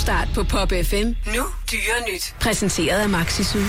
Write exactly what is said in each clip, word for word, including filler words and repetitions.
Topstart på Pop F M. Nu dyre nyt. Præsenteret af Maxisud.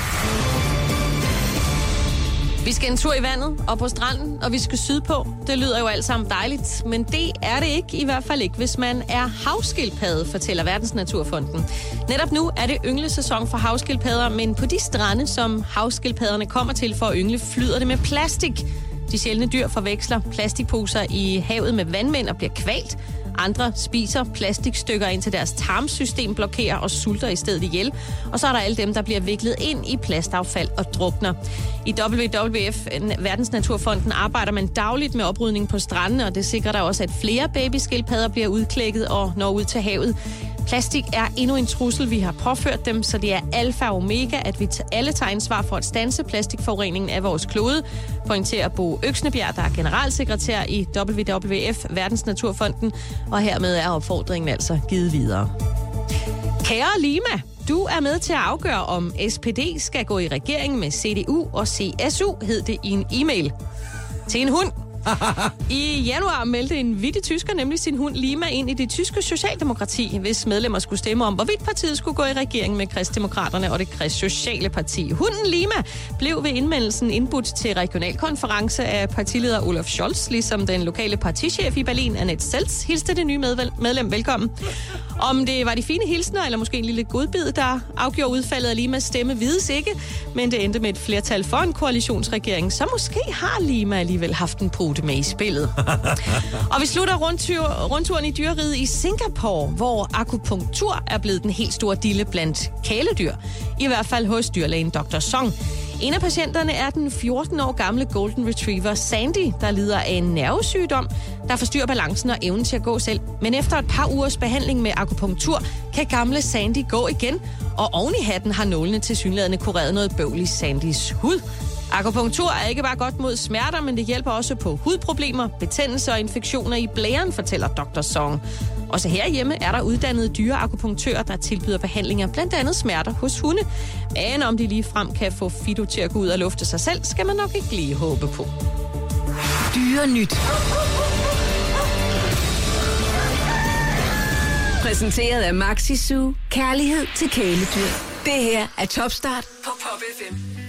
Vi skal en tur i vandet og på stranden, og vi skal sydpå. Det lyder jo alt sammen dejligt, men det er det ikke, i hvert fald ikke, hvis man er havskildpadde, fortæller Verdensnaturfonden. Netop nu er det ynglesæson for havskildpadder, men på de strande, som havskildpadderne kommer til for at yngle, flyder det med plastik. De sjældne dyr forveksler plastikposer i havet med vandmænd og bliver kvalt. Andre spiser plastikstykker indtil deres tarmsystem blokerer og sulter i stedet ihjel. Og så er der alle dem, der bliver viklet ind i plastaffald og drukner. I W W F, Verdensnaturfonden, arbejder man dagligt med oprydning på strandene, og det sikrer der også, at flere babyskildpadder bliver udklækket og når ud til havet. Plastik er endnu en trussel, vi har påført dem, så det er alfa og omega, at vi alle tager ansvar for at standse plastikforureningen af vores klode, pointerer Bo Øksnebjerg, der er generalsekretær i W W F, Verdensnaturfonden, og hermed er opfordringen altså givet videre. Kære Lima, du er med til at afgøre, om S P D skal gå i regering med C D U og C S U, hed det i en e-mail til en hund. I januar meldte en vittig tysker nemlig sin hund Lima ind i det tyske socialdemokrati, hvis medlemmer skulle stemme om, hvorvidt partiet skulle gå i regering med Kristdemokraterne og det Kristsociale Parti. Hunden Lima blev ved indmeldelsen indbudt til regionalkonference af partileder Olaf Scholz, ligesom den lokale partichef i Berlin, Annette Seltz, hilste det nye medlem velkommen. Om det var de fine hilsner, eller måske en lille godbid, der afgjorde udfaldet af Limas stemme, vides ikke, men det endte med et flertal for en koalitionsregering, så måske har Lima alligevel haft en pote med i spillet. Og vi slutter rundtur, rundturen i dyreriget i Singapore, hvor akupunktur er blevet den helt store dille blandt kæledyr. I hvert fald hos dyrlægen doktor Song. En af patienterne er den fjorten år gamle Golden Retriever Sandy, der lider af en nervesygdom, der forstyrrer balancen og evnen til at gå selv. Men efter et par ugers behandling med akupunktur, kan gamle Sandy gå igen, og oven i hatten har nålene tilsyneladende kureret noget bøvl i Sandys hud. Akupunktur er ikke bare godt mod smerter, men det hjælper også på hudproblemer, betændelse og infektioner i blæren, fortæller doktor Song. Også herhjemme er der uddannede dyreakupunktører, der tilbyder behandlinger, blandt andet smerter hos hunde. Men om de ligefrem kan få Fido til at gå ud og lufte sig selv, skal man nok ikke lige håbe på. Dyre nyt. Præsenteret af Maxisud. Kærlighed til kæledyr. Det her er Topstart på Pop F M.